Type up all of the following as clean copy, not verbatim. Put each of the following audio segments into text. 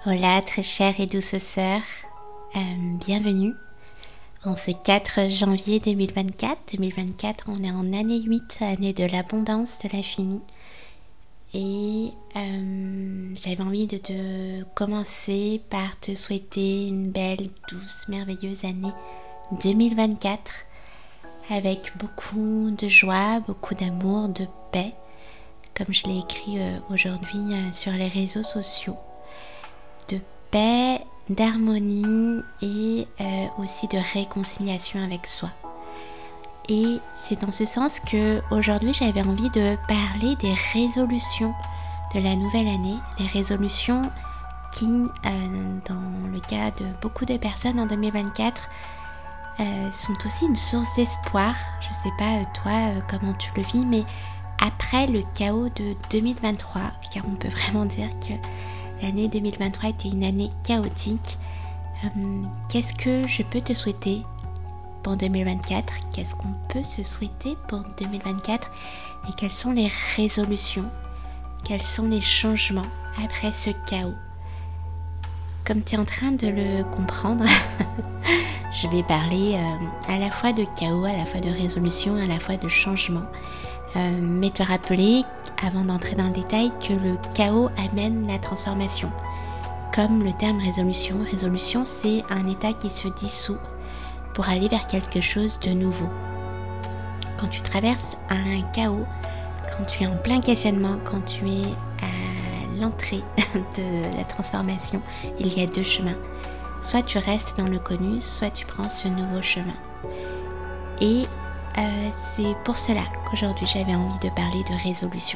Hola très chère et douce sœur, bienvenue en ce 4 janvier 2024. 2024, on est en année 8, année de l'abondance, de l'infini. Et j'avais envie de te commencer par te souhaiter une belle, douce, merveilleuse année 2024 avec beaucoup de joie, beaucoup d'amour, de paix, comme je l'ai écrit aujourd'hui sur les réseaux sociaux. De paix, d'harmonie et aussi de réconciliation avec soi. Et c'est dans ce sens que aujourd'hui j'avais envie de parler des résolutions de la nouvelle année, les résolutions qui, dans le cas de beaucoup de personnes en 2024, sont aussi une source d'espoir. Je ne sais pas toi comment tu le vis, mais après le chaos de 2023, car on peut vraiment dire que l'année 2023 était une année chaotique. Qu'est-ce que je peux te souhaiter pour 2024 ? Qu'est-ce qu'on peut se souhaiter pour 2024 ? Et quelles sont les résolutions ? Quels sont les changements après ce chaos ? Comme tu es en train de le comprendre, je vais parler à la fois de chaos, à la fois de résolution, à la fois de changement. Mais te rappeler, avant d'entrer dans le détail, que le chaos amène la transformation. Comme le terme résolution. Résolution, c'est un état qui se dissout pour aller vers quelque chose de nouveau. Quand tu traverses un chaos, quand tu es en plein questionnement, quand tu es à l'entrée de la transformation, il y a deux chemins. Soit tu restes dans le connu, soit tu prends ce nouveau chemin. Et c'est pour cela qu'aujourd'hui j'avais envie de parler de résolution.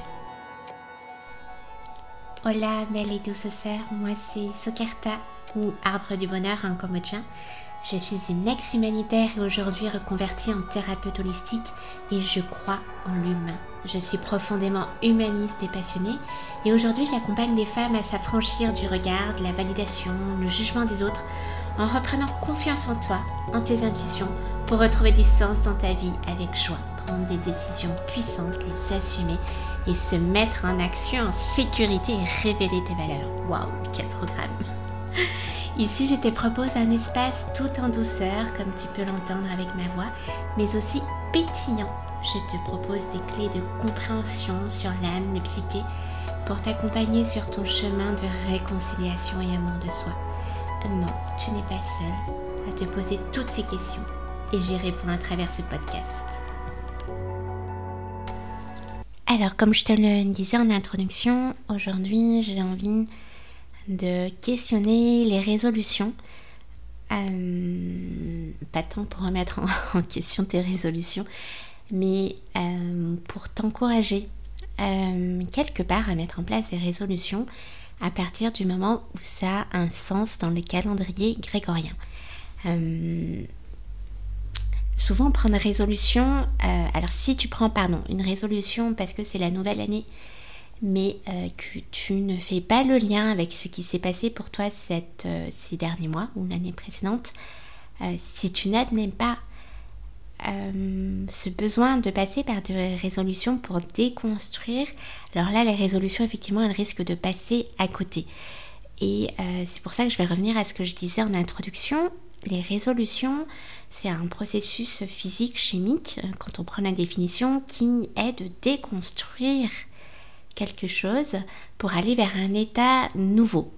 Hola belle et douce sœur, moi c'est Sokerta ou Arbre du Bonheur en cambodgien. Je suis une ex-humanitaire et aujourd'hui reconvertie en thérapeute holistique et je crois en l'humain. Je suis profondément humaniste et passionnée et aujourd'hui j'accompagne les femmes à s'affranchir du regard, de la validation, le jugement des autres en reprenant confiance en toi, en tes intuitions pour retrouver du sens dans ta vie avec joie, prendre des décisions puissantes, les assumer et se mettre en action en sécurité et révéler tes valeurs. Waouh, quel programme! Ici, je te propose un espace tout en douceur, comme tu peux l'entendre avec ma voix, mais aussi pétillant. Je te propose des clés de compréhension sur l'âme, le psyché, pour t'accompagner sur ton chemin de réconciliation et amour de soi. Non, tu n'es pas seule à te poser toutes ces questions et j'y réponds à travers ce podcast. Alors, comme je te le disais en introduction, aujourd'hui j'ai envie de questionner les résolutions. Pas tant pour remettre en question tes résolutions, mais pour t'encourager quelque part à mettre en place ces résolutions à partir du moment où ça a un sens dans le calendrier grégorien. Souvent on prend une résolution, alors si tu prends une résolution parce que c'est la nouvelle année, mais que tu ne fais pas le lien avec ce qui s'est passé pour toi ces derniers mois ou l'année précédente, si tu n'admets pas ce besoin de passer par des résolutions pour déconstruire, alors là les résolutions effectivement elles risquent de passer à côté. Et c'est pour ça que je vais revenir à ce que je disais en introduction. Les résolutions, c'est un processus physique, chimique, quand on prend la définition, qui est de déconstruire quelque chose pour aller vers un état nouveau.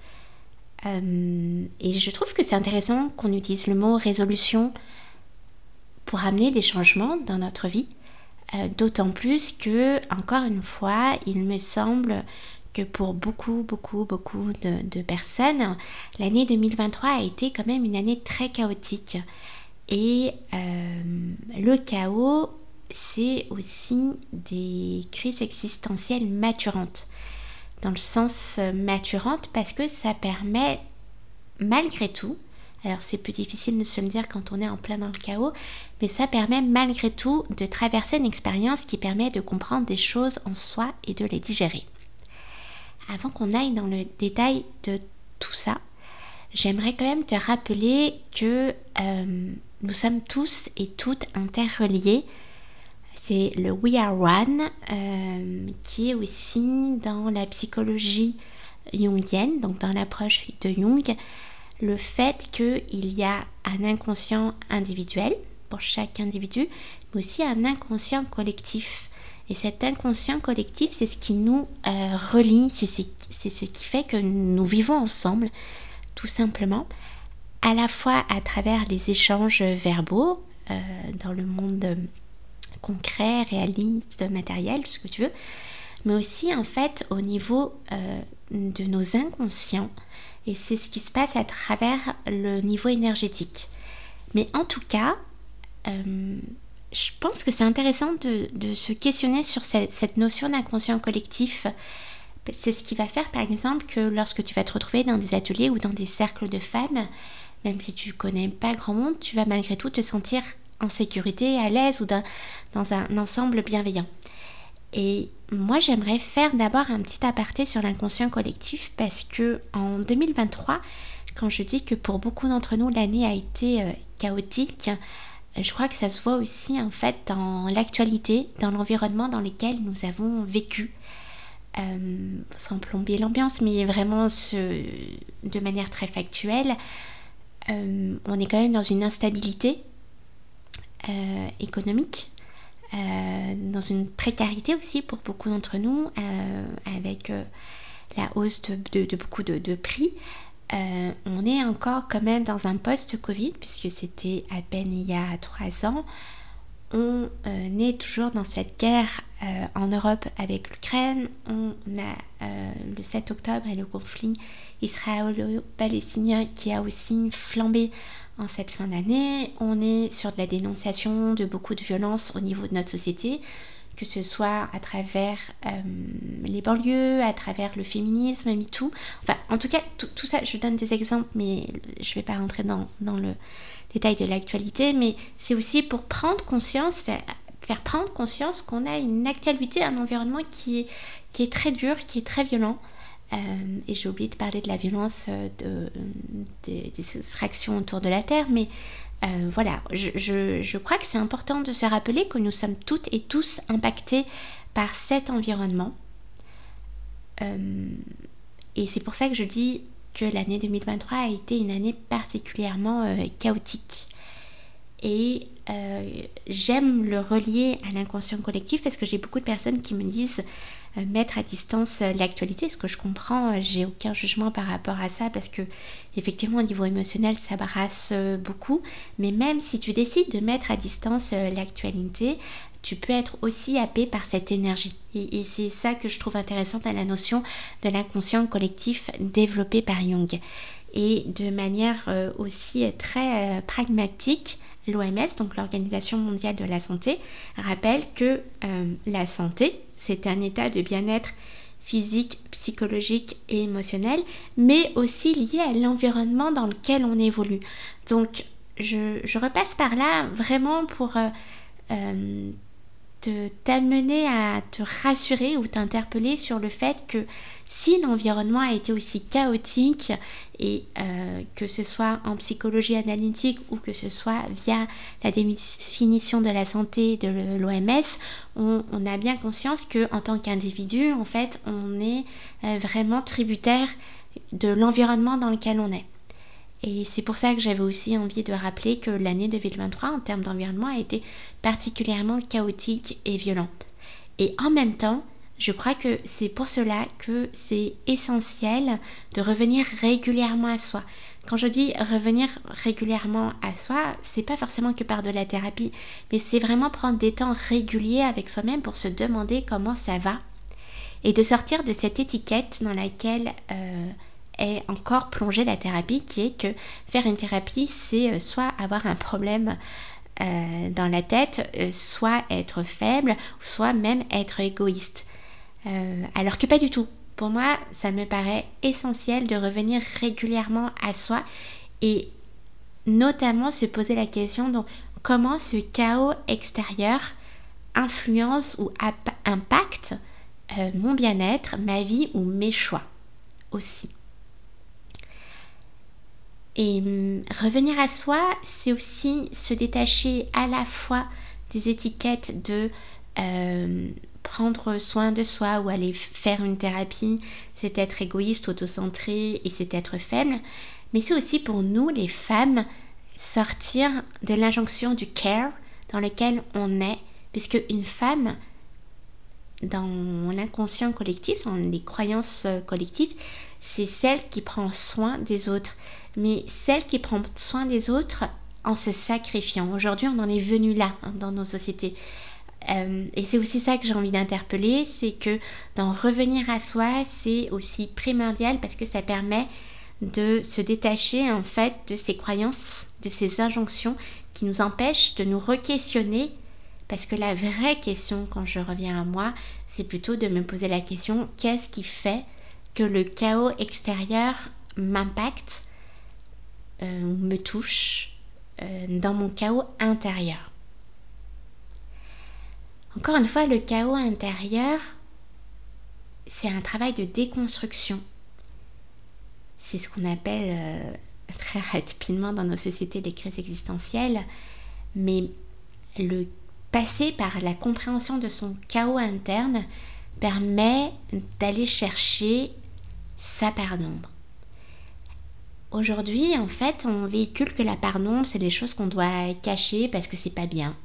Et je trouve que c'est intéressant qu'on utilise le mot résolution pour amener des changements dans notre vie, d'autant plus que, encore une fois, il me semble que pour beaucoup de personnes, l'année 2023 a été quand même une année très chaotique. Et le chaos, c'est aussi des crises existentielles maturantes. Dans le sens maturante parce que ça permet, malgré tout, alors c'est plus difficile de se le dire quand on est en plein dans le chaos, mais ça permet malgré tout de traverser une expérience qui permet de comprendre des choses en soi et de les digérer. Avant qu'on aille dans le détail de tout ça, j'aimerais quand même te rappeler que nous sommes tous et toutes interreliés. C'est le We Are One qui est aussi dans la psychologie jungienne, donc dans l'approche de Jung, le fait qu'il y a un inconscient individuel pour chaque individu, mais aussi un inconscient collectif. Et cet inconscient collectif, c'est ce qui nous relie, c'est ce qui fait que nous vivons ensemble, tout simplement, à la fois à travers les échanges verbaux dans le monde concret, réaliste, matériel, ce que tu veux, mais aussi en fait au niveau de nos inconscients. Et c'est ce qui se passe à travers le niveau énergétique. Mais en tout cas, je pense que c'est intéressant de se questionner sur cette notion d'inconscient collectif. C'est ce qui va faire par exemple que lorsque tu vas te retrouver dans des ateliers ou dans des cercles de femmes, même si tu connais pas grand monde, tu vas malgré tout te sentir en sécurité, à l'aise ou dans un ensemble bienveillant. Et moi, j'aimerais faire d'abord un petit aparté sur l'inconscient collectif parce que en 2023, quand je dis que pour beaucoup d'entre nous, l'année a été chaotique, je crois que ça se voit aussi en fait dans l'actualité, dans l'environnement dans lequel nous avons vécu. Sans plomber l'ambiance, mais vraiment de manière très factuelle, on est quand même dans une instabilité économique, dans une précarité aussi pour beaucoup d'entre nous, avec la hausse de beaucoup de prix. On est encore quand même dans un post-Covid, puisque c'était à peine il y a 3 ans. On est toujours dans cette guerre en Europe avec l'Ukraine. On a le 7 octobre et le conflit israélo-palestinien qui a aussi flambé en cette fin d'année. On est sur de la dénonciation de beaucoup de violences au niveau de notre société, que ce soit à travers les banlieues, à travers le féminisme, MeToo. Enfin, en tout cas, tout ça, je donne des exemples, mais je ne vais pas rentrer dans le détail de l'actualité, mais c'est aussi pour prendre conscience, faire prendre conscience qu'on a une actualité, un environnement qui est très dur, qui est très violent. Et j'ai oublié de parler de la violence des extractions autour de la Terre, mais voilà, je crois que c'est important de se rappeler que nous sommes toutes et tous impactés par cet environnement. Et c'est pour ça que je dis que l'année 2023 a été une année particulièrement chaotique. Et j'aime le relier à l'inconscient collectif parce que j'ai beaucoup de personnes qui me disent mettre à distance l'actualité, ce que je comprends, j'ai aucun jugement par rapport à ça parce que effectivement au niveau émotionnel ça brasse beaucoup, mais même si tu décides de mettre à distance l'actualité, tu peux être aussi happé par cette énergie. Et c'est ça que je trouve intéressant à la notion de l'inconscient collectif développé par Jung. Et de manière aussi très pragmatique, l'OMS, donc l'Organisation mondiale de la santé, rappelle que la santé, c'est un état de bien-être physique, psychologique et émotionnel, mais aussi lié à l'environnement dans lequel on évolue. Donc, je repasse par là vraiment pour t'amener à te rassurer ou t'interpeller sur le fait que si l'environnement a été aussi chaotique et que ce soit en psychologie analytique ou que ce soit via la définition de la santé de l'OMS, on a bien conscience qu'en tant qu'individu, en fait, on est vraiment tributaire de l'environnement dans lequel on est. Et c'est pour ça que j'avais aussi envie de rappeler que l'année 2023, en termes d'environnement, a été particulièrement chaotique et violent. Et en même temps, je crois que c'est pour cela que c'est essentiel de revenir régulièrement à soi. Quand je dis revenir régulièrement à soi, c'est pas forcément que par de la thérapie, mais c'est vraiment prendre des temps réguliers avec soi-même pour se demander comment ça va et de sortir de cette étiquette dans laquelle est encore plongée la thérapie, qui est que faire une thérapie, c'est soit avoir un problème dans la tête, soit être faible, soit même être égoïste. Alors que pas du tout. Pour moi, ça me paraît essentiel de revenir régulièrement à soi et notamment se poser la question de comment ce chaos extérieur influence ou impacte mon bien-être, ma vie ou mes choix aussi. Et revenir à soi, c'est aussi se détacher à la fois des étiquettes de prendre soin de soi ou aller faire une thérapie, c'est être égoïste, autocentré et c'est être faible. Mais c'est aussi pour nous, les femmes, sortir de l'injonction du care dans lequel on est, puisque une femme, dans l'inconscient collectif, dans les croyances collectives, c'est celle qui prend soin des autres, mais celle qui prend soin des autres en se sacrifiant. Aujourd'hui, on en est venu là, dans nos sociétés. Et c'est aussi ça que j'ai envie d'interpeller, c'est que d'en revenir à soi, c'est aussi primordial parce que ça permet de se détacher en fait de ces croyances, de ces injonctions qui nous empêchent de nous re-questionner. Parce que la vraie question, quand je reviens à moi, c'est plutôt de me poser la question, qu'est-ce qui fait que le chaos extérieur m'impacte, me touche dans mon chaos intérieur. Encore une fois, le chaos intérieur, c'est un travail de déconstruction. C'est ce qu'on appelle très rapidement dans nos sociétés les crises existentielles, mais le passer par la compréhension de son chaos interne permet d'aller chercher sa part d'ombre. Aujourd'hui, en fait, on véhicule que la part d'ombre, c'est des choses qu'on doit cacher parce que c'est pas bien.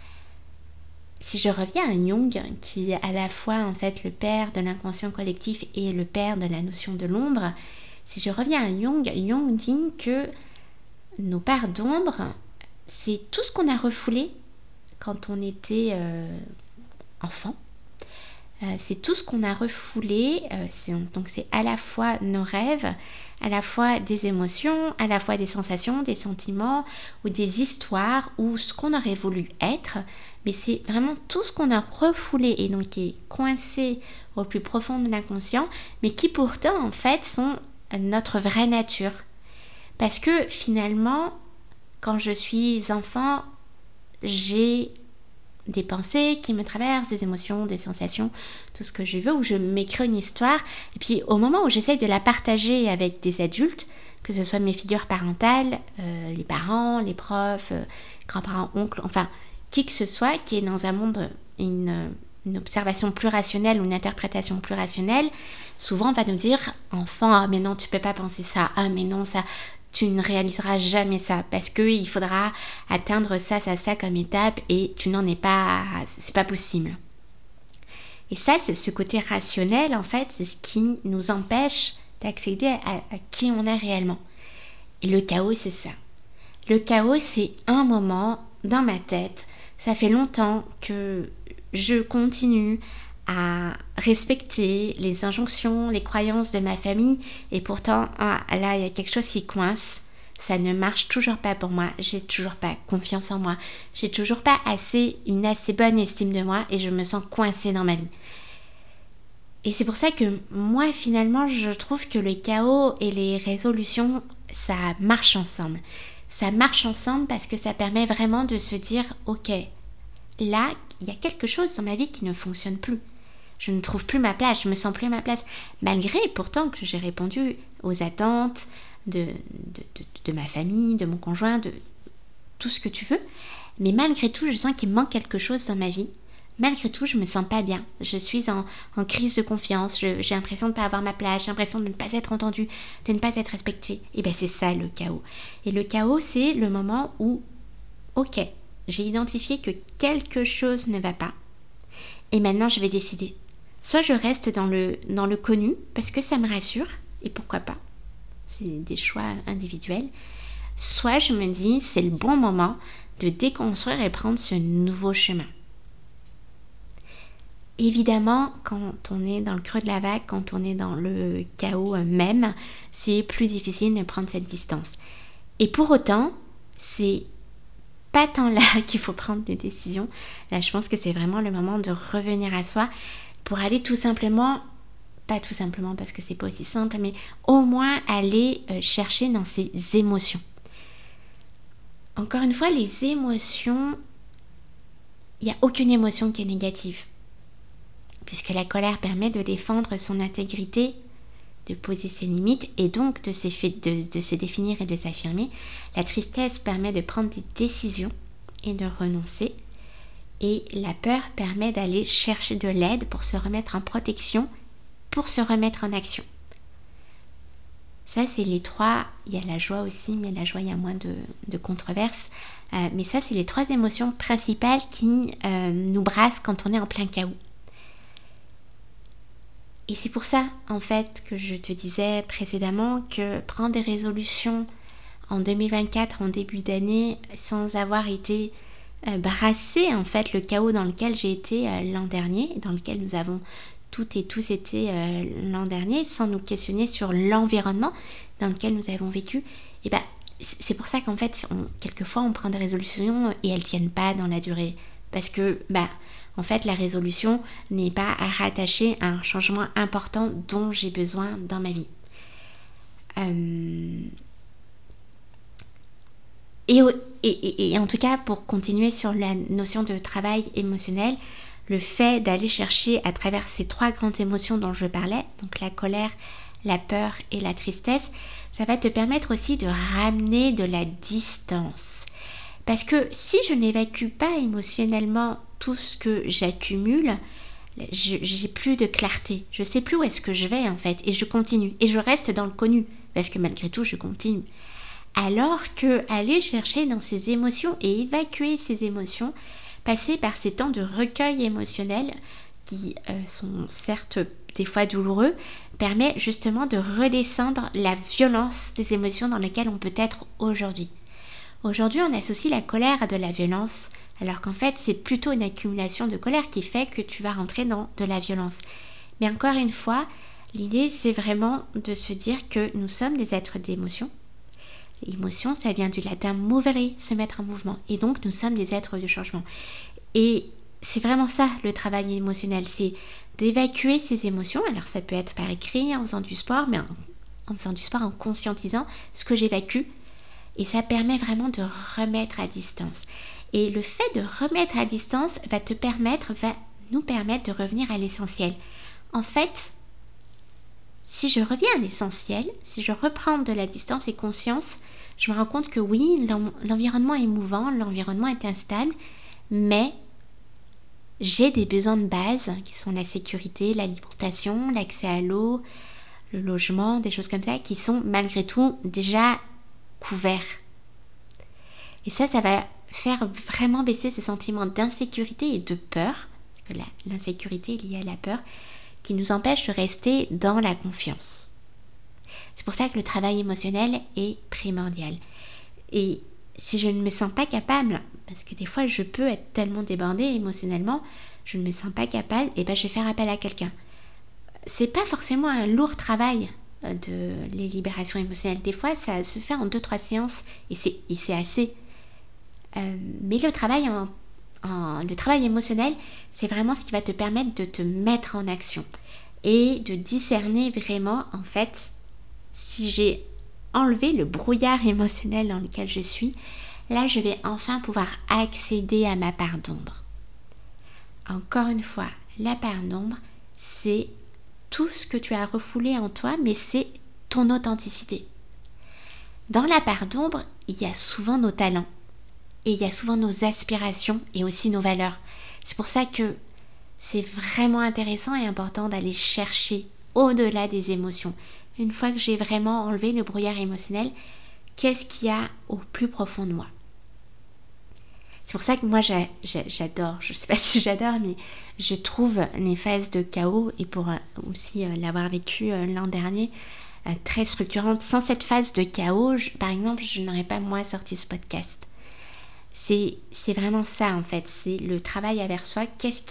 Si je reviens à Jung, qui est à la fois en fait le père de l'inconscient collectif et le père de la notion de l'ombre, si je reviens à Jung, Jung dit que nos parts d'ombre, c'est tout ce qu'on a refoulé quand on était enfant. C'est tout ce qu'on a refoulé, donc c'est à la fois nos rêves, à la fois des émotions, à la fois des sensations, des sentiments ou des histoires ou ce qu'on aurait voulu être, mais c'est vraiment tout ce qu'on a refoulé et donc qui est coincé au plus profond de l'inconscient, mais qui pourtant en fait sont notre vraie nature. Parce que finalement, quand je suis enfant, j'ai des pensées qui me traversent, des émotions, des sensations, tout ce que je veux, où je m'écris une histoire. Et puis au moment où j'essaye de la partager avec des adultes, que ce soit mes figures parentales, les parents, les profs, grands-parents, oncles, enfin qui que ce soit qui est dans un monde, une observation plus rationnelle ou une interprétation plus rationnelle, souvent on va nous dire « Enfant, ah mais non, tu peux pas penser ça, ah mais non, ça... » tu ne réaliseras jamais ça parce qu'il faudra atteindre ça comme étape et tu n'en es pas, c'est pas possible. Et ça, c'est ce côté rationnel en fait, c'est ce qui nous empêche d'accéder à qui on est réellement. Et le chaos, c'est ça. Le chaos, c'est un moment dans ma tête. Ça fait longtemps que je continue à respecter les injonctions, les croyances de ma famille et pourtant là il y a quelque chose qui coince, ça ne marche toujours pas pour moi, j'ai toujours pas confiance en moi, j'ai toujours pas une assez bonne estime de moi et je me sens coincée dans ma vie. Et c'est pour ça que moi finalement je trouve que le chaos et les résolutions ça marche ensemble. Ça marche ensemble parce que ça permet vraiment de se dire ok, là il y a quelque chose dans ma vie qui ne fonctionne plus. Je ne trouve plus ma place, je me sens plus à ma place. Malgré pourtant que j'ai répondu aux attentes de ma famille, de mon conjoint, de tout ce que tu veux. Mais malgré tout, je sens qu'il manque quelque chose dans ma vie. Malgré tout, je me sens pas bien. Je suis en crise de confiance. J'ai l'impression de ne pas avoir ma place. J'ai l'impression de ne pas être entendue, de ne pas être respectée. Et bien c'est ça le chaos. Et le chaos, c'est le moment où, ok, j'ai identifié que quelque chose ne va pas. Et maintenant, je vais décider. Soit je reste dans le connu, parce que ça me rassure, et pourquoi pas, c'est des choix individuels. Soit je me dis, c'est le bon moment de déconstruire et prendre ce nouveau chemin. Évidemment, quand on est dans le creux de la vague, quand on est dans le chaos même, c'est plus difficile de prendre cette distance. Et pour autant, c'est pas tant là qu'il faut prendre des décisions. Là, je pense que c'est vraiment le moment de revenir à soi pour aller tout simplement, pas tout simplement parce que c'est pas aussi simple, mais au moins aller chercher dans ses émotions. Encore une fois, les émotions, il n'y a aucune émotion qui est négative. Puisque la colère permet de défendre son intégrité, de poser ses limites et donc de se définir et de s'affirmer. La tristesse permet de prendre des décisions et de renoncer. Et la peur permet d'aller chercher de l'aide pour se remettre en protection pour se remettre en action. Ça, c'est les trois. Il y a la joie aussi, mais la joie, il y a moins de controverses. Mais ça, c'est les trois émotions principales qui nous brassent quand on est en plein chaos. Et c'est pour ça, en fait, que je te disais précédemment que prendre des résolutions en 2024, en début d'année, sans avoir été brasser, en fait, le chaos dans lequel j'ai été l'an dernier, dans lequel nous avons toutes et tous été l'an dernier, sans nous questionner sur l'environnement dans lequel nous avons vécu, et c'est pour ça qu'en fait, quelquefois, on prend des résolutions et elles ne tiennent pas dans la durée. Parce que, en fait, la résolution n'est pas rattachée à un changement important dont j'ai besoin dans ma vie. Et en tout cas, pour continuer sur la notion de travail émotionnel, le fait d'aller chercher à travers ces trois grandes émotions dont je parlais, donc la colère, la peur et la tristesse, ça va te permettre aussi de ramener de la distance. Parce que si je n'évacue pas émotionnellement tout ce que j'accumule, j'ai plus de clarté. Je sais plus où est-ce que je vais en fait. Et je continue. Et je reste dans le connu. Parce que malgré tout, je continue. Alors que aller chercher dans ces émotions et évacuer ces émotions, passer par ces temps de recueil émotionnel qui sont certes des fois douloureux, permet justement de redescendre la violence des émotions dans lesquelles on peut être aujourd'hui. Aujourd'hui, on associe la colère à de la violence, alors qu'en fait, c'est plutôt une accumulation de colère qui fait que tu vas rentrer dans de la violence. Mais encore une fois, l'idée, c'est vraiment de se dire que nous sommes des êtres d'émotion. L'émotion, ça vient du latin movere, se mettre en mouvement. Et donc, nous sommes des êtres de changement. Et c'est vraiment ça, le travail émotionnel, c'est d'évacuer ces émotions. Alors, ça peut être par écrit, en faisant du sport, mais en faisant du sport, en conscientisant ce que j'évacue. Et ça permet vraiment de remettre à distance. Et le fait de remettre à distance va nous permettre de revenir à l'essentiel. En fait, si je reviens à l'essentiel, si je reprends de la distance et conscience, je me rends compte que oui, l'environnement est mouvant, l'environnement est instable, mais j'ai des besoins de base qui sont la sécurité, l'alimentation, l'accès à l'eau, le logement, des choses comme ça, qui sont malgré tout déjà couverts. Et ça va faire vraiment baisser ce sentiment d'insécurité et de peur, parce que l'insécurité est liée à la peur, qui nous empêche de rester dans la confiance. C'est pour ça que le travail émotionnel est primordial. Et si je ne me sens pas capable, parce que des fois je peux être tellement débordée émotionnellement, je ne me sens pas capable, et je vais faire appel à quelqu'un. C'est pas forcément un lourd travail de les libérations émotionnelles. Des fois, ça se fait en 2-3 séances et c'est assez. Mais le travail émotionnel, c'est vraiment ce qui va te permettre de te mettre en action et de discerner vraiment, en fait, si j'ai enlevé le brouillard émotionnel dans lequel je suis, là, je vais enfin pouvoir accéder à ma part d'ombre. Encore une fois, la part d'ombre, c'est tout ce que tu as refoulé en toi, mais c'est ton authenticité. Dans la part d'ombre, il y a souvent nos talents. Et il y a souvent nos aspirations et aussi nos valeurs. C'est pour ça que c'est vraiment intéressant et important d'aller chercher au-delà des émotions. Une fois que j'ai vraiment enlevé le brouillard émotionnel, qu'est-ce qu'il y a au plus profond de moi ? C'est pour ça que moi j'adore, je ne sais pas si j'adore, mais je trouve les phases de chaos, et pour aussi l'avoir vécu l'an dernier, très structurante. Sans cette phase de chaos, par exemple, je n'aurais pas moi sorti ce podcast. C'est vraiment ça en fait, c'est le travail avec soi.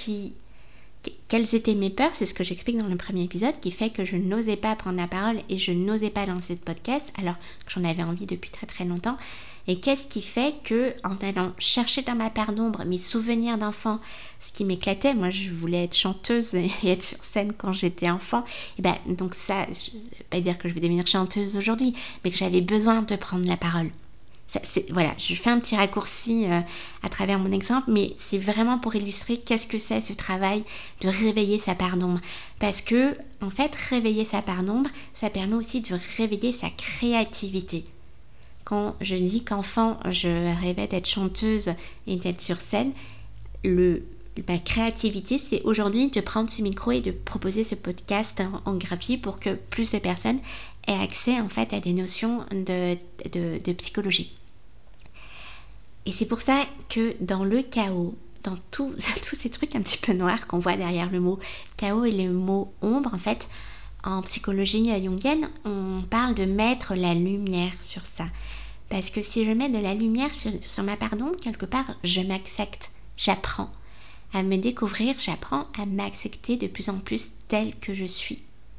Quelles étaient mes peurs, c'est ce que j'explique dans le premier épisode, qui fait que je n'osais pas prendre la parole et je n'osais pas lancer de podcast alors que j'en avais envie depuis très très longtemps. Et qu'est-ce qui fait que, en allant chercher dans ma part d'ombre mes souvenirs d'enfant, ce qui m'éclatait, moi je voulais être chanteuse et être sur scène quand j'étais enfant, et donc ça, je ne vais pas dire que je vais devenir chanteuse aujourd'hui, mais que j'avais besoin de prendre la parole. Voilà, je fais un petit raccourci à travers mon exemple, mais c'est vraiment pour illustrer qu'est-ce que c'est ce travail de réveiller sa part d'ombre. Parce que, en fait, réveiller sa part d'ombre, ça permet aussi de réveiller sa créativité. Quand je dis qu'enfant, je rêvais d'être chanteuse et d'être sur scène, le ma créativité, c'est aujourd'hui de prendre ce micro et de proposer ce podcast en gratuit pour que plus de personnes aient accès en fait à des notions de psychologie. Et c'est pour ça que dans le chaos, dans tous ces trucs un petit peu noirs qu'on voit derrière le mot chaos et le mot ombre, en fait, en psychologie jungienne, on parle de mettre la lumière sur ça. Parce que si je mets de la lumière sur ma part d'ombre, quelque part, je m'accepte, j'apprends à me découvrir, j'apprends à m'accepter de plus en plus telle que je suis.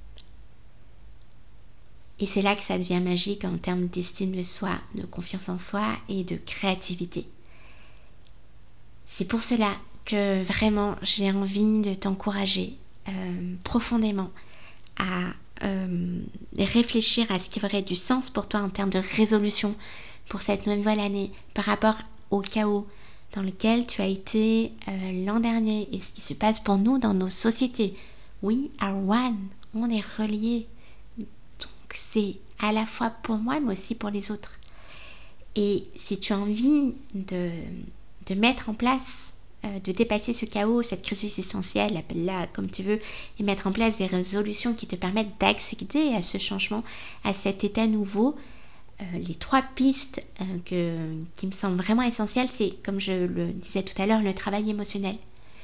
Et c'est là que ça devient magique en termes d'estime de soi, de confiance en soi et de créativité. C'est pour cela que vraiment j'ai envie de t'encourager profondément à réfléchir à ce qui aurait du sens pour toi en termes de résolution pour cette nouvelle année par rapport au chaos dans lequel tu as été l'an dernier et ce qui se passe pour nous dans nos sociétés. We are one, on est reliés. Donc c'est à la fois pour moi mais aussi pour les autres. Et si tu as envie de mettre en place, de dépasser ce chaos, cette crise existentielle, appelle-la comme tu veux, et mettre en place des résolutions qui te permettent d'accéder à ce changement, à cet état nouveau, les 3 pistes qui me semblent vraiment essentielles, c'est, comme je le disais tout à l'heure, le travail émotionnel.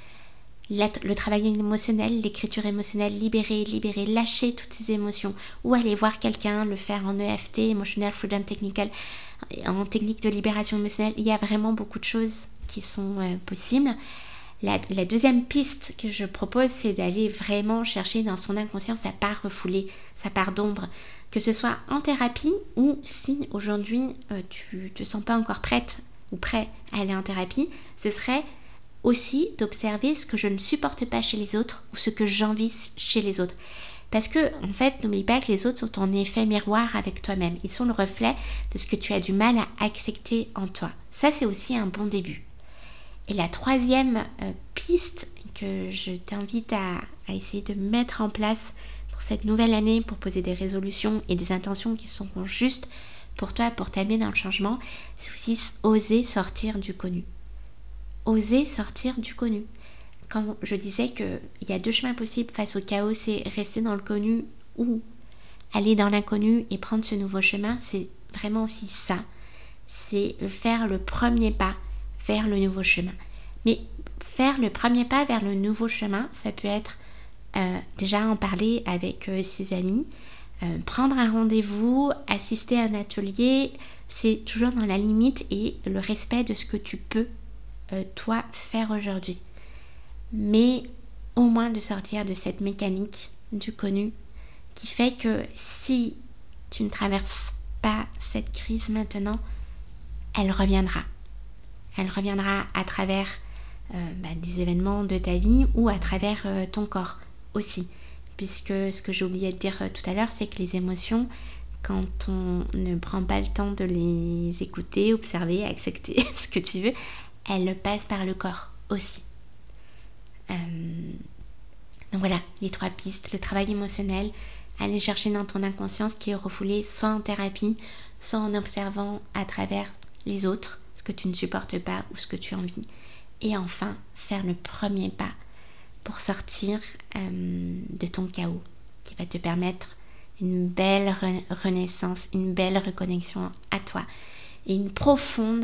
Le travail émotionnel, l'écriture émotionnelle, libérer, lâcher toutes ces émotions, ou aller voir quelqu'un, le faire en EFT, Emotional Freedom Technical, en technique de libération émotionnelle. Il y a vraiment beaucoup de choses qui sont possibles. La deuxième piste que je propose, c'est d'aller vraiment chercher dans son inconscient sa part refoulée, sa part d'ombre, que ce soit en thérapie ou si aujourd'hui tu te sens pas encore prête ou prêt à aller en thérapie, ce serait aussi d'observer ce que je ne supporte pas chez les autres ou ce que j'envie chez les autres. Parce que, en fait, n'oublie pas que les autres sont en effet miroir avec toi-même. Ils sont le reflet de ce que tu as du mal à accepter en toi. Ça, c'est aussi un bon début. Et la troisième piste que je t'invite à essayer de mettre en place pour cette nouvelle année, pour poser des résolutions et des intentions qui seront justes pour toi, pour t'amener dans le changement, c'est aussi oser sortir du connu. Oser sortir du connu. Quand je disais qu'il y a 2 chemins possibles face au chaos, c'est rester dans le connu ou aller dans l'inconnu et prendre ce nouveau chemin, c'est vraiment aussi ça. C'est faire le premier pas vers le nouveau chemin. Mais faire le premier pas vers le nouveau chemin, ça peut être déjà en parler avec ses amis, prendre un rendez-vous, assister à un atelier, c'est toujours dans la limite et le respect de ce que tu peux toi faire aujourd'hui. Mais au moins de sortir de cette mécanique du connu qui fait que si tu ne traverses pas cette crise maintenant, elle reviendra. Elle reviendra à travers des événements de ta vie ou à travers ton corps aussi. Puisque ce que j'ai oublié de dire tout à l'heure, c'est que les émotions, quand on ne prend pas le temps de les écouter, observer, accepter ce que tu veux, elles passent par le corps aussi. Donc voilà, les 3 pistes, le travail émotionnel, aller chercher dans ton inconscience qui est refoulé soit en thérapie, soit en observant à travers les autres, ce que tu ne supportes pas ou ce que tu envies. Et enfin, faire le premier pas pour sortir de ton chaos, qui va te permettre une belle renaissance, une belle reconnexion à toi et une profonde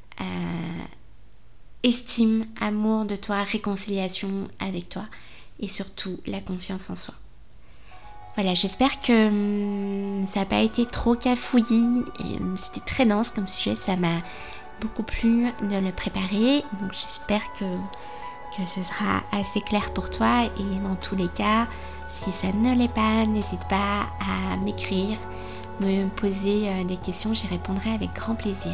estime, amour de toi, réconciliation avec toi et surtout la confiance en soi. Voilà, j'espère que ça n'a pas été trop cafouillis, c'était très dense comme sujet, ça m'a beaucoup plu de le préparer, donc j'espère que ce sera assez clair pour toi et dans tous les cas, si ça ne l'est pas, n'hésite pas à m'écrire, me poser des questions, j'y répondrai avec grand plaisir.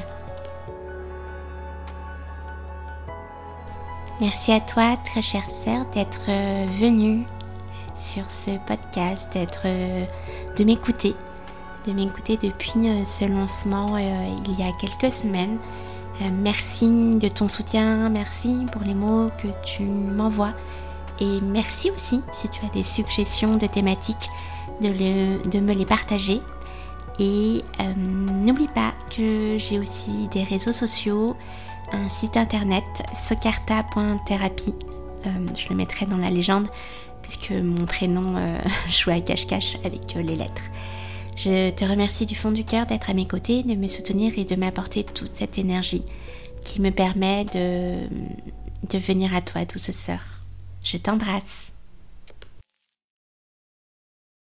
Merci à toi, très chère sœur, d'être venue sur ce podcast, de m'écouter depuis ce lancement il y a quelques semaines. Merci de ton soutien, merci pour les mots que tu m'envoies et merci aussi si tu as des suggestions de thématiques de me les partager. Et n'oublie pas que j'ai aussi des réseaux sociaux, un site internet socarta.thérapie, Je le mettrai dans la légende puisque mon prénom joue à cache-cache avec les lettres. Je te remercie du fond du cœur d'être à mes côtés, de me soutenir et de m'apporter toute cette énergie qui me permet de venir à toi, douce sœur. Je t'embrasse.